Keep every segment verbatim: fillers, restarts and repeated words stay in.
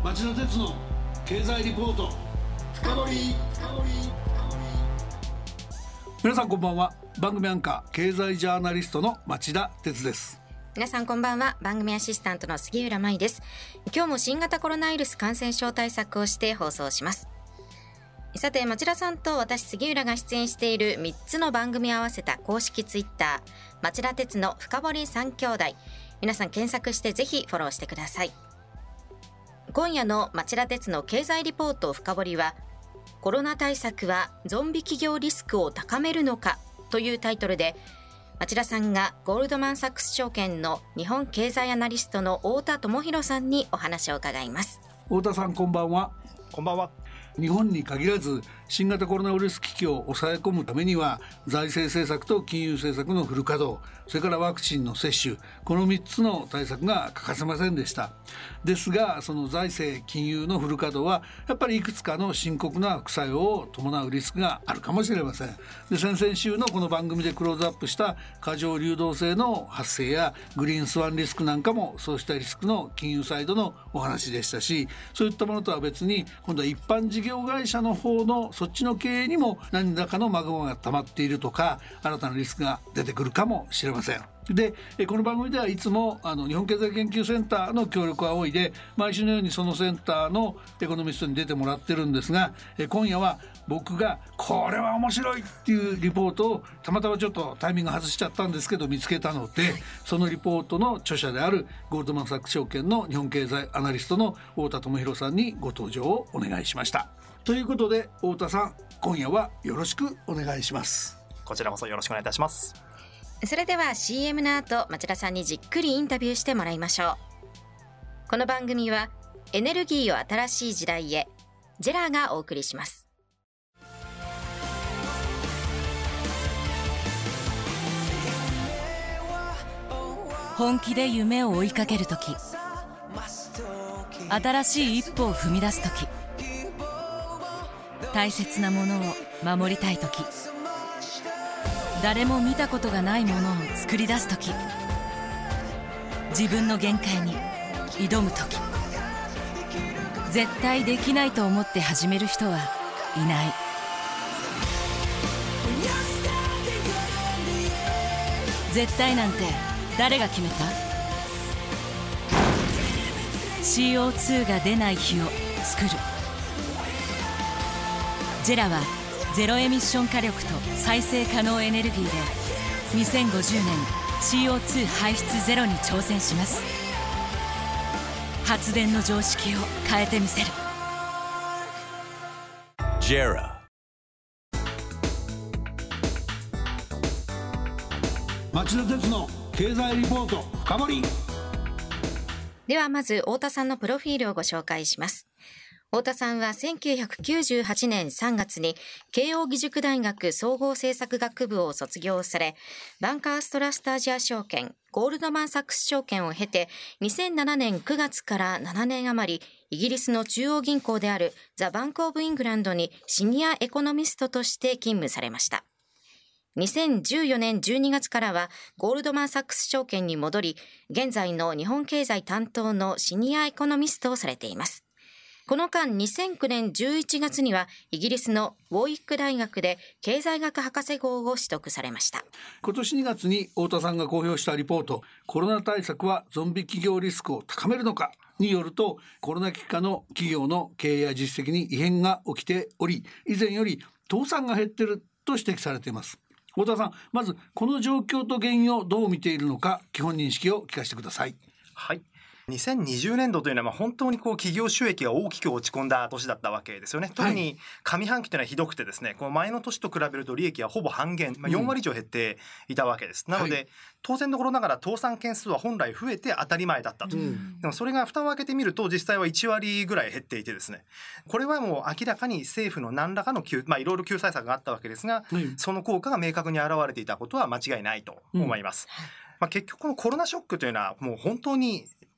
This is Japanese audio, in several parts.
町田鉄の経済リポート深掘り。皆さんこんばんは。番組アンカー経済ジャーナリストの町田鉄です。 皆さんこんばんは。番組アシスタントの杉浦舞です。今日も新型コロナウイルス感染症対策をして放送します。さて、町田さんと私杉浦が出演しているみっつの番組を合わせた公式ツイッター、町田鉄の深掘り三兄弟、皆さん検索してぜひフォローしてください。今夜の町田鉄の経済リポート深掘りは、コロナ対策はゾンビ企業リスクを高めるのかというタイトルで、町田さんがゴールドマンサックス証券の日本経済アナリストの太田智博さんにお話を伺います。 太田さんこんばんは。 こんばんは。 日本に限らず新型コロナウイルス危機を抑え込むためには、財政政策と金融政策のフル稼働、それからワクチンの接種、このみっつの対策が欠かせませんでした。ですが、その財政金融のフル稼働はやっぱりいくつかの深刻な副作用を伴うリスクがあるかもしれません。で、先々週のこの番組でクローズアップした過剰流動性の発生やグリーンスワンリスクなんかも、そうしたリスクの金融サイドのお話でしたし、そういったものとは別に今度は一般事業会社の方のそっちの経営にも何らかのマグマが溜まっているとか、新たなリスクが出てくるかもしれません。で、この番組ではいつもあの日本経済研究センターの協力を仰いで、毎週のようにそのセンターのエコノミストに出てもらってるんですが、今夜は僕がこれは面白いっていうリポートをたまたまちょっとタイミング外しちゃったんですけど見つけたので、そのリポートの著者であるゴールドマンサックス証券の日本経済アナリストの太田智博さんにご登場をお願いしました。ということで太田さん、今夜はよろしくお願いします。 こちらこそよろしくお願いいたします。 それでは シーエム の後、町田さんにじっくりインタビューしてもらいましょう。この番組はエネルギーを新しい時代へ、ジェラがお送りします。 本気で夢を追いかけるとき、新しい一歩を踏み出すとき、大切なものを守りたいとき、誰も見たことがないものを作り出すとき、自分の限界に挑むとき、絶対できないと思って始める人はいない。絶対なんて誰が決めた？ シーオーツー が出ない日を作る。ジェラはゼロエミッション火力と再生可能エネルギーでにせんごじゅうねん シーオーツー 排出ゼロに挑戦します。発電の常識を変えてみせる。ジェラ。 町田鉄の経済リポート深掘り。 ではまず太田さんのプロフィールをご紹介します。太田さんはせんきゅうひゃくきゅうじゅうはちねんさんがつに慶應義塾大学総合政策学部を卒業され、バンカーストラストアジア証券、ゴールドマンサックス証券を経て、にせんななねんくがつからななねん余り、イギリスの中央銀行であるザ・バンク・オブ・イングランドにシニアエコノミストとして勤務されました。にせんじゅうよねんじゅうにがつからはゴールドマンサックス証券に戻り、現在の日本経済担当のシニアエコノミストをされています。この間にせんきゅうねんじゅういちがつにはイギリスのウォーイック大学で経済学博士号を取得されました。 今年にがつに太田さんが公表したリポート、コロナ対策はゾンビ企業リスクを高めるのかによると、コロナ期下の企業の経営や実績に異変が起きており、以前より倒産が減っていると指摘されています。太田さん、まずこの状況と原因をどう見ているのか、基本認識を聞かせてください。 はい。にせんにじゅうねんどというのはまあ本当にこう企業収益が大きく落ち込んだ年だったわけですよね。特に上半期というのはひどくてですね、この前の年と比べると利益はほぼ半減、まあ、よんわり以上減っていたわけです。なので、はい、当然のところながら倒産件数は本来増えて当たり前だったと、うん、でもそれが蓋を開けてみると実際はいちわりぐらい減っていてですね、これはもう明らかに政府の何らかの救、まあ、いろいろ救済策があったわけですが、うん、その効果が明確に現れていたことは間違いないと思います。うん、まあ、結局このコロナショックというのはもう本当に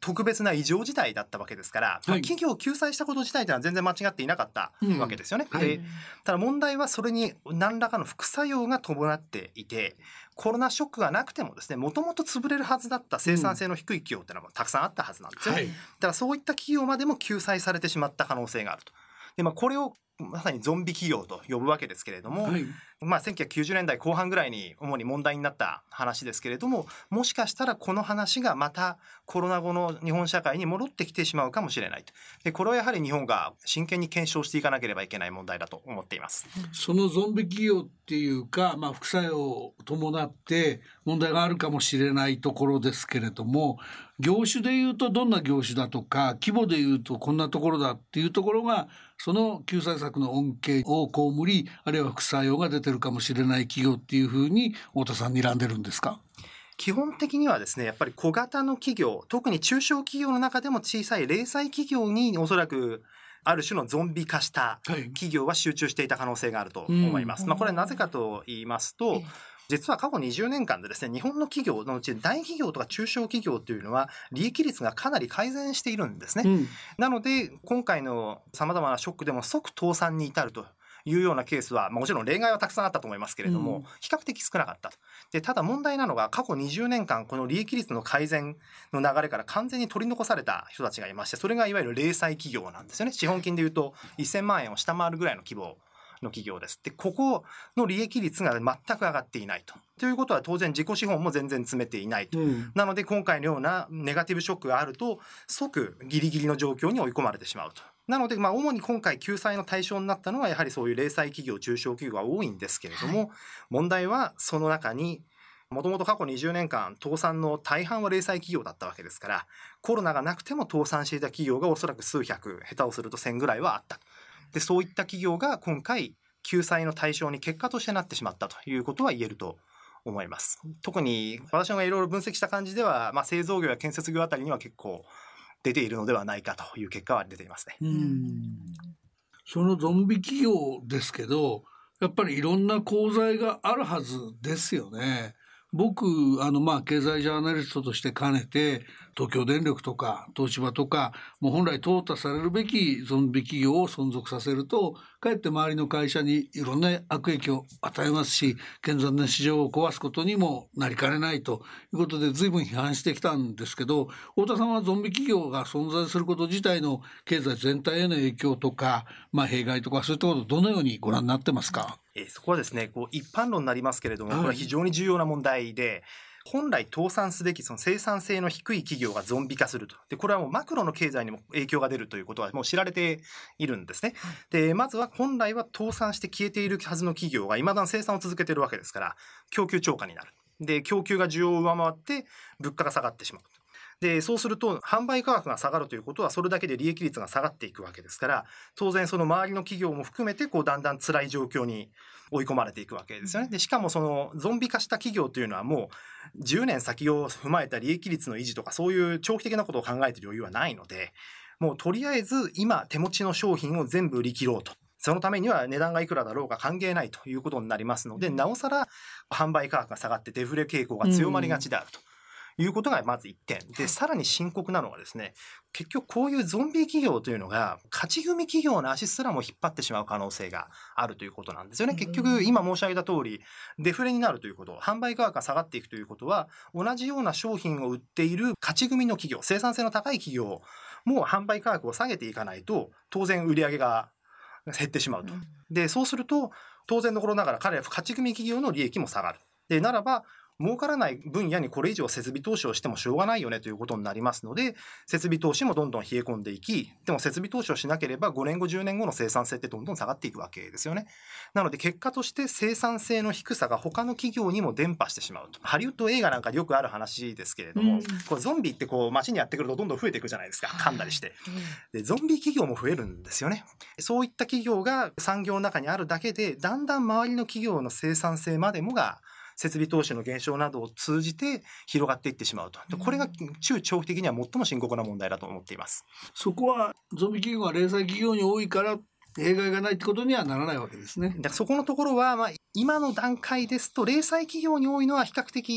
特別な異常事態だったわけですから、はい、企業を救済したこと自体というのは全然間違っていなかったわけですよね、うんはい、でただ問題はそれに何らかの副作用が伴っていて、コロナショックがなくてもですね、もともと潰れるはずだった生産性の低い企業っていうのはたくさんあったはずなんですよね、はい、だからそういった企業までも救済されてしまった可能性があると。で、まあ、これをまさにゾンビ企業と呼ぶわけですけれども、はい、まあ、せんきゅうひゃくきゅうじゅうねんだいこう半ぐらいに主に問題になった話ですけれども、もしかしたらこの話がまたコロナ後の日本社会に戻ってきてしまうかもしれないと。で、これはやはり日本が真剣に検証していかなければいけない問題だと思っています。 そのゾンビ企業っていうか、まあ、副作用を伴って問題があるかもしれないところですけれども、業種でいうとどんな業種だとか、規模でいうとこんなところだっていうところが、その救済策の恩恵を被り、あるいは副作用が出てるかもしれない企業っていうふうに太田さん睨んでるんですか？ 基本的にはですね、やっぱり小型の企業、特に中小企業の中でも小さい零細企業におそらくある種のゾンビ化した企業は集中していた可能性があると思います、はい。まあ、これはなぜかと言いますと、実は過去にじゅうねんかんでですね、日本の企業のうち大企業とか中小企業というのは利益率がかなり改善しているんですね、うん、なので今回の様々なショックでも即倒産に至るというようなケースは、まあ、もちろん例外はたくさんあったと思いますけれども、うん、比較的少なかったと。で、ただ問題なのが過去にじゅうねんかんこの利益率の改善の流れから完全に取り残された人たちがいまして、それがいわゆる零細企業なんですよね。資本金でいうとせんまんえんを下回るぐらいの規模の企業です。で、ここの利益率が全く上がっていないと。ということは当然自己資本も全然詰めていないと、うん、なので今回のようなネガティブショックがあると即ギリギリの状況に追い込まれてしまうと。なので、まあ、主に今回救済の対象になったのはやはりそういう零細企業中小企業が多いんですけれども、はい、問題はその中にもともと過去にじゅうねんかん倒産の大半は零細企業だったわけですから、コロナがなくても倒産していた企業がおそらく数百、下手をするとせんぐらいはあった。で、そういった企業が今回救済の対象に結果としてなってしまったということは言えると思います。特に私がいろいろ分析した感じでは、まあ、製造業や建設業あたりには結構出ているのではないかという結果は出ていますね。 うん、そのゾンビ企業ですけど、やっぱりいろんな功罪があるはずですよね。僕あのまあ経済ジャーナリストとして兼ねて東京電力とか東芝とかもう本来淘汰されるべきゾンビ企業を存続させるとかえって周りの会社にいろんな悪影響を与えますし、健全な市場を壊すことにもなりかねないということで随分批判してきたんですけど、太田さんはゾンビ企業が存在すること自体の経済全体への影響とか、まあ、弊害とかそういったことをどのようにご覧になってますか？ えー、そこはですね、こう一般論になりますけれども、これは非常に重要な問題で、本来倒産すべきその生産性の低い企業がゾンビ化すると。で、これはもうマクロの経済にも影響が出るということはもう知られているんですね。で、まずは本来は倒産して消えているはずの企業が未だに生産を続けているわけですから、供給超過になる。で、供給が需要を上回って物価が下がってしまう。で、そうすると販売価格が下がるということはそれだけで利益率が下がっていくわけですから、当然その周りの企業も含めてこうだんだん辛い状況に追い込まれていくわけですよね。で、しかもそのゾンビ化した企業というのはもうじゅうねん先を踏まえた利益率の維持とかそういう長期的なことを考えている余裕はないので、もうとりあえず今手持ちの商品を全部売り切ろうと。そのためには値段がいくらだろうが関係ないということになりますので、なおさら販売価格が下がってデフレ傾向が強まりがちであると。いうことがまずいってんで、さらに深刻なのはですね、結局こういうゾンビ企業というのが勝ち組企業の足すらも引っ張ってしまう可能性があるということなんですよね。結局今申し上げた通りデフレになるということ、販売価格が下がっていくということは、同じような商品を売っている勝ち組の企業、生産性の高い企業も販売価格を下げていかないと当然売り上げが減ってしまうと。で、そうすると当然のことながら彼ら勝ち組企業の利益も下がる。で、ならば儲からない分野にこれ以上設備投資をしてもしょうがないよねということになりますので、設備投資もどんどん冷え込んでいき、でも設備投資をしなければごねんごじゅうねんごの生産性ってどんどん下がっていくわけですよね。なので結果として生産性の低さが他の企業にも伝播してしまうと。ハリウッド映画なんかでよくある話ですけれども、うん、こうゾンビってこう街にやってくるとどんどん増えていくじゃないですか、噛んだりして。で、ゾンビ企業も増えるんですよね。そういった企業が産業の中にあるだけで、だんだん周りの企業の生産性までもが設備投資の減少などを通じて広がっていってしまうと。これが中長期的には最も深刻な問題だと思っています。 そこはゾンビ企業が零細企業に多いから弊害がないってことにはならないわけですね。 だからそこのところは、まあ、今の段階ですと零細企業に多いのは比較的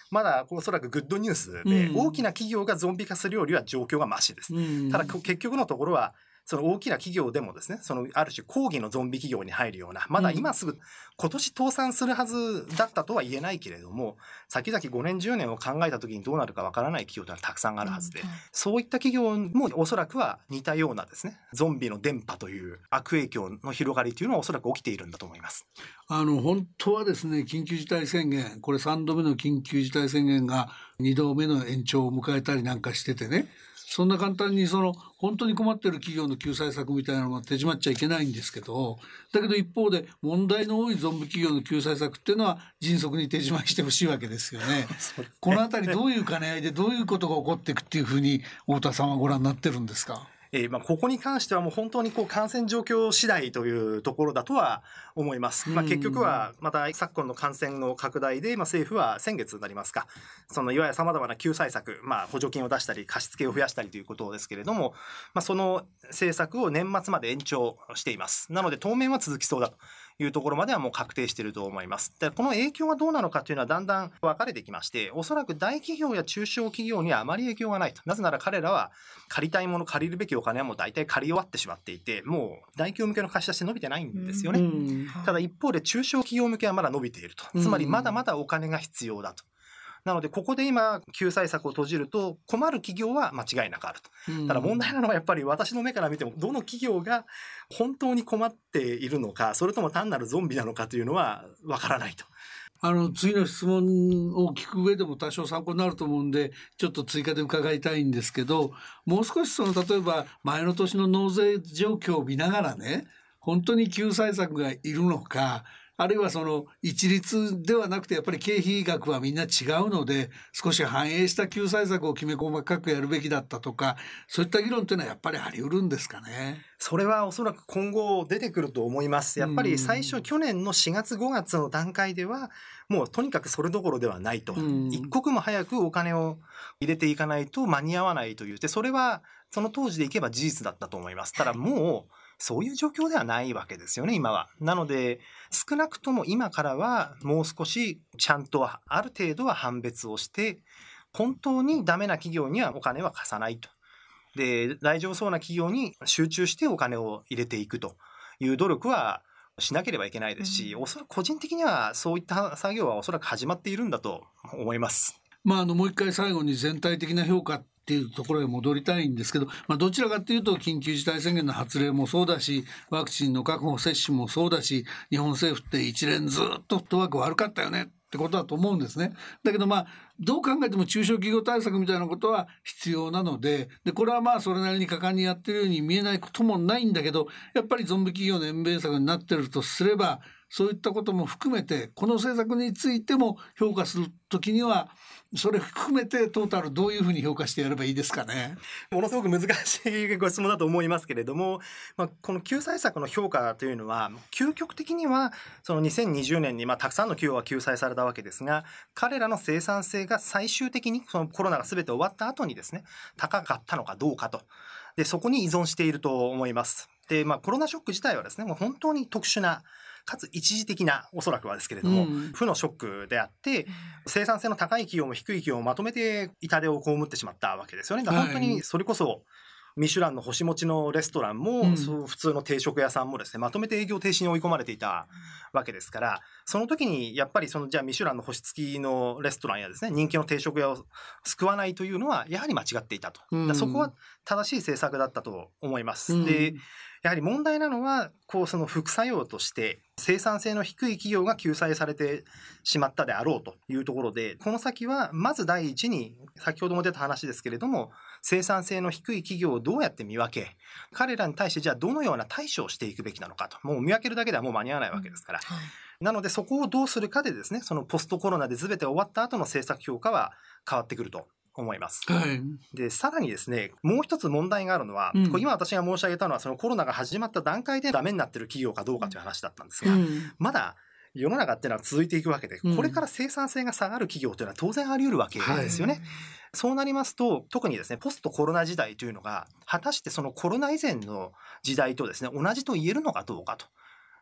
まだおそらくグッドニュースで、うん、大きな企業がゾンビ化するよりは状況がマシです、うん、ただ結局のところはその大きな企業でもですね、そのある種抗議のゾンビ企業に入るような、まだ今すぐ今年倒産するはずだったとは言えないけれども、先々ごねんじゅうねんを考えた時にどうなるかわからない企業というのはたくさんあるはずで、うん、そういった企業もおそらくは似たようなですね、ゾンビの伝播という悪影響の広がりというのはおそらく起きているんだと思います。 あの本当はですね、緊急事態宣言、これさんどめの緊急事態宣言がにどめの延長を迎えたりなんかしててね、そんな簡単にその本当に困っている企業の救済策みたいなのが手締まっちゃいけないんですけど、だけど一方で問題の多いゾンビ企業の救済策っていうのは迅速に手締まいしてほしいわけですよね。このあたりどういう兼ね合いでどういうことが起こっていくっていうふうに太田さんはご覧になってるんですか？ えーまあ、ここに関してはもう本当にこう感染状況次第というところだとは思います。まあ、結局はまた昨今の感染の拡大で、まあ、政府は先月になりますか、そのいわゆるさまざまな救済策、まあ、補助金を出したり貸付を増やしたりということですけれども、まあ、その政策を年末まで延長しています。なので当面は続きそうだというところまではもう確定していると思います。で、この影響がどうなのかというのはだんだん分かれてきまして、おそらく大企業や中小企業にはあまり影響がないと。なぜなら彼らは借りたいもの、借りるべきお金はもう大体借り終わってしまっていて、もう大企業向けの貸し出し伸びてないんですよね。ただ一方で中小企業向けはまだ伸びていると。つまりまだまだお金が必要だと。なのでここで今救済策を閉じると困る企業は間違いなくあると。ただ問題なのはやっぱり私の目から見てもどの企業が本当に困っているのか、それとも単なるゾンビなのかというのはわからないと。 あの次の質問を聞く上でも多少参考になると思うんで、ちょっと追加で伺いたいんですけど、もう少しその例えば前の年の納税状況を見ながらね、本当に救済策がいるのか、あるいはその一律ではなくてやっぱり経費額はみんな違うので少し反映した救済策をきめ細かくやるべきだったとか、そういった議論というのはやっぱりあり得るんですかね。 それはおそらく今後出てくると思います。やっぱり最初去年のしがつごがつの段階ではもうとにかくそれどころではないと、一刻も早くお金を入れていかないと間に合わないという、でそれはその当時でいけば事実だったと思います。ただもうそういう状況ではないわけですよね、今は。なので少なくとも今からはもう少しちゃんとある程度は判別をして、本当にダメな企業にはお金は貸さないと。で、大丈夫そうな企業に集中してお金を入れていくという努力はしなければいけないですし、おそらく個人的にはそういった作業はおそらく始まっているんだと思います。 まあ、あのもう一回最後に全体的な評価っていうところへ戻りたいんですけど、まあ、どちらかというと緊急事態宣言の発令もそうだし、ワクチンの確保接種もそうだし、日本政府って一連ずっとフットワーク悪かったよねってことだと思うんですね。だけどまあどう考えても中小企業対策みたいなことは必要なので、でこれはまあそれなりに果敢にやってるように見えないこともないんだけど、やっぱりゾンビ企業の延命策になってるとすれば、そういったことも含めてこの政策についても評価するときにはそれ含めてトータルどういうふうに評価してやればいいですかね。 ものすごく難しいご質問だと思いますけれども、まあ、この救済策の評価というのは究極的にはそのにせんにじゅうねんにまあたくさんの企業が救済されたわけですが、彼らの生産性が最終的にそのコロナが全て終わった後にですね高かったのかどうかと、でそこに依存していると思います。で、まあ、コロナショック自体はですねもう本当に特殊なかつ一時的なおそらくはですけれども、うん、負のショックであって生産性の高い企業も低い企業をまとめて痛手を被ってしまったわけですよね。だから本当にそれこそミシュランの星持ちのレストランも、うん、そう普通の定食屋さんもですねまとめて営業停止に追い込まれていたわけですから、その時にやっぱりそのじゃあミシュランの星付きのレストランやですね人気の定食屋を救わないというのはやはり間違っていたと、うん、だそこは正しい政策だったと思います、うん、でやはり問題なのはこうその副作用として生産性の低い企業が救済されてしまったであろうというところで、この先はまず第一に先ほども出た話ですけれども生産性の低い企業をどうやって見分け、彼らに対してじゃあどのような対処をしていくべきなのかと、もう見分けるだけではもう間に合わないわけですから、うんはい、なのでそこをどうするかでですねそのポストコロナで全て終わった後の政策評価は変わってくると思います、はい、でさらにですねもう一つ問題があるのは、うん、これ今私が申し上げたのはそのコロナが始まった段階でダメになっている企業かどうかという話だったんですが、うん、まだ世の中っていうのは続いていくわけで、うん、これから生産性が下がる企業というのは当然あり得るわけですよね、はい、そうなりますと特にですねポストコロナ時代というのが果たしてそのコロナ以前の時代とですね同じと言えるのかどうかと。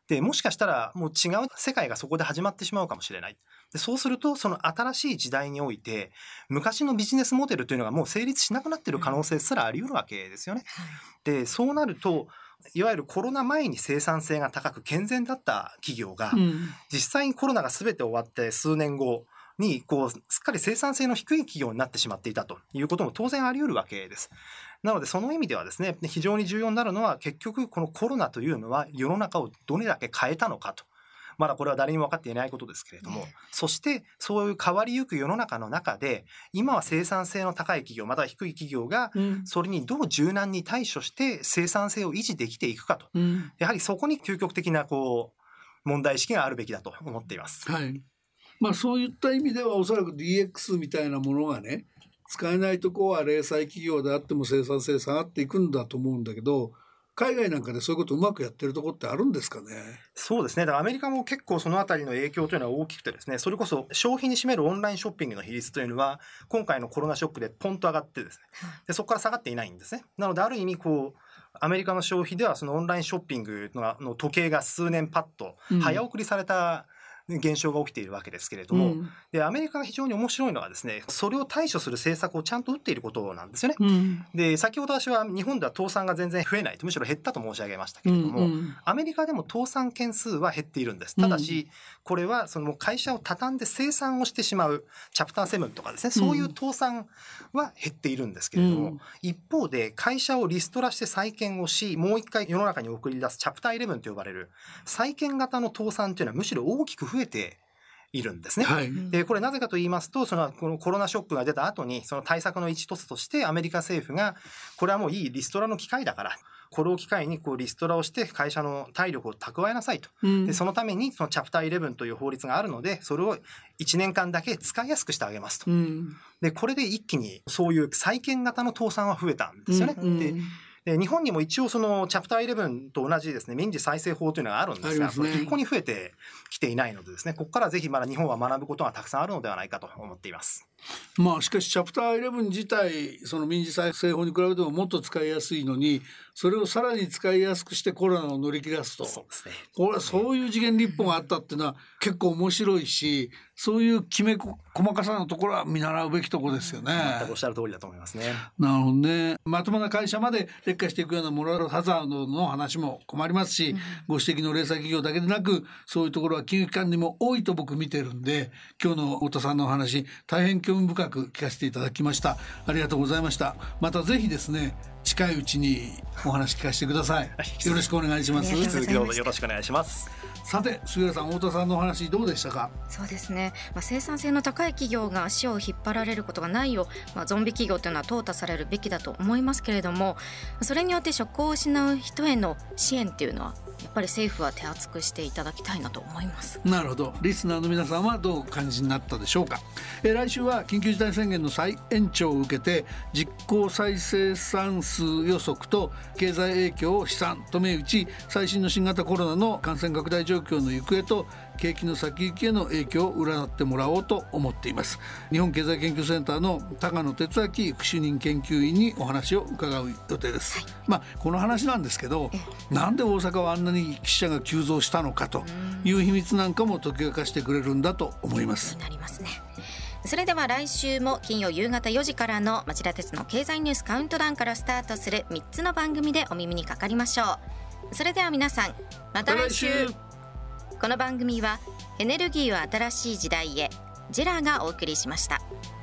でもしかしたらもう違う世界がそこで始まってしまうかもしれない。でそうするとその新しい時代において昔のビジネスモデルというのがもう成立しなくなっている可能性すらあり得るわけですよね。でそうなるといわゆるコロナ前に生産性が高く健全だった企業が、うん、実際にコロナが全て終わって数年後にこうすっかり生産性の低い企業になってしまっていたということも当然あり得るわけです。なのでその意味ではですね、非常に重要になるのは結局このコロナというのは世の中をどれだけ変えたのかと。まだこれは誰にも分かっていないことですけれども、そしてそういう変わりゆく世の中の中で今は生産性の高い企業または低い企業がそれにどう柔軟に対処して生産性を維持できていくかと、うん、やはりそこに究極的なこう問題意識があるべきだと思っています。 はい、まあ、そういった意味ではおそらく ディーエックス みたいなものがね使えないところは零細企業であっても生産性下がっていくんだと思うんだけど、海外なんかでそういうことうまくやってるところってあるんですかね。 そうですね。だからアメリカも結構そのあたりの影響というのは大きくてですね、それこそ消費に占めるオンラインショッピングの比率というのは今回のコロナショックでポンと上がってですね、でそこから下がっていないんですね。なのである意味こうアメリカの消費ではそのオンラインショッピングの時計が数年パッと早送りされた、うん現象が起きているわけですけれども、うん、でアメリカが非常に面白いのはですね、それを対処する政策をちゃんと打っていることなんですよね、うん、で先ほど私は日本では倒産が全然増えないとむしろ減ったと申し上げましたけれども、うんうん、アメリカでも倒産件数は減っているんです。ただし、うん、これはその会社を畳んで清算をしてしまうチャプターセブンとかですね、そういう倒産は減っているんですけれども、うん、一方で会社をリストラして再建をしもう一回世の中に送り出すチャプターイレブンと呼ばれる再建型の倒産というのはむしろ大きく増えているんですね、はい、でこれなぜかと言いますと、そのこのコロナショックが出た後にその対策の一つとしてアメリカ政府がこれはもういいリストラの機会だからこれを機会にこうリストラをして会社の体力を蓄えなさいと、うん、でそのためにそのチャプターイレブンという法律があるのでそれをいちねんかんだけ使いやすくしてあげますと、うん、でこれで一気にそういう再建型の倒産は増えたんですよね、うんうんで日本にも一応そのチャプターイレブンと同じですね民事再生法というのがあるんですが、それ一向に増えてきていないのでですね、ここからぜひまだ日本は学ぶことがたくさんあるのではないかと思っています。 まあしかしチャプターイレブン自体その民事再生法に比べてももっと使いやすいのにそれをさらに使いやすくしてコロナを乗り切らすと、そうですね、これはそういう次元立法があったっていうのは結構面白いし、そういうきめ細かさのところは見習うべきところですよね。 全くおっしゃる通りだと思いますね。 なるほどね。まともな会社まで劣化していくようなモラルハザードの話も困りますし、うん、ご指摘の零細企業だけでなくそういうところは金融機関にも多いと僕見てるんで、今日の太田さんのお話大変興味深く聞かせていただきました。ありがとうございました。またぜひですね近いうちにお話聞かせてください。よろしくお願いします。 引き続きどうぞよろしくお願いします。 さて杉浦さん、太田さんのお話どうでしたか。 そうですね、まあ、生産性の高い企業が足を引っ張られることがないよう、まあ、ゾンビ企業というのは淘汰されるべきだと思いますけれども、それによって職を失う人への支援っていうのはやっぱり政府は手厚くしていただきたいなと思います。 なるほど。リスナーの皆さんはどうお感じになったでしょうか。えー、来週は緊急事態宣言の再延長を受けて実効再生産数予測と経済影響を試算と銘打ち、最新の新型コロナの感染拡大状況の行方と景気の先行きへの影響を占ってもらおうと思っています。日本経済研究センターの高野哲明副主任研究員にお話を伺う予定です、はい。まあ、この話なんですけど、なんで大阪はあんなに死者が急増したのかという秘密なんかも解き明かしてくれるんだと思います。 なりますね。それでは来週も金曜夕方よじからの町田鉄の経済ニュースカウントダウンからスタートするみっつの番組でお耳にかかりましょう。それでは皆さんまた来週。この番組はエネルギーを新しい時代へジェラがお送りしました。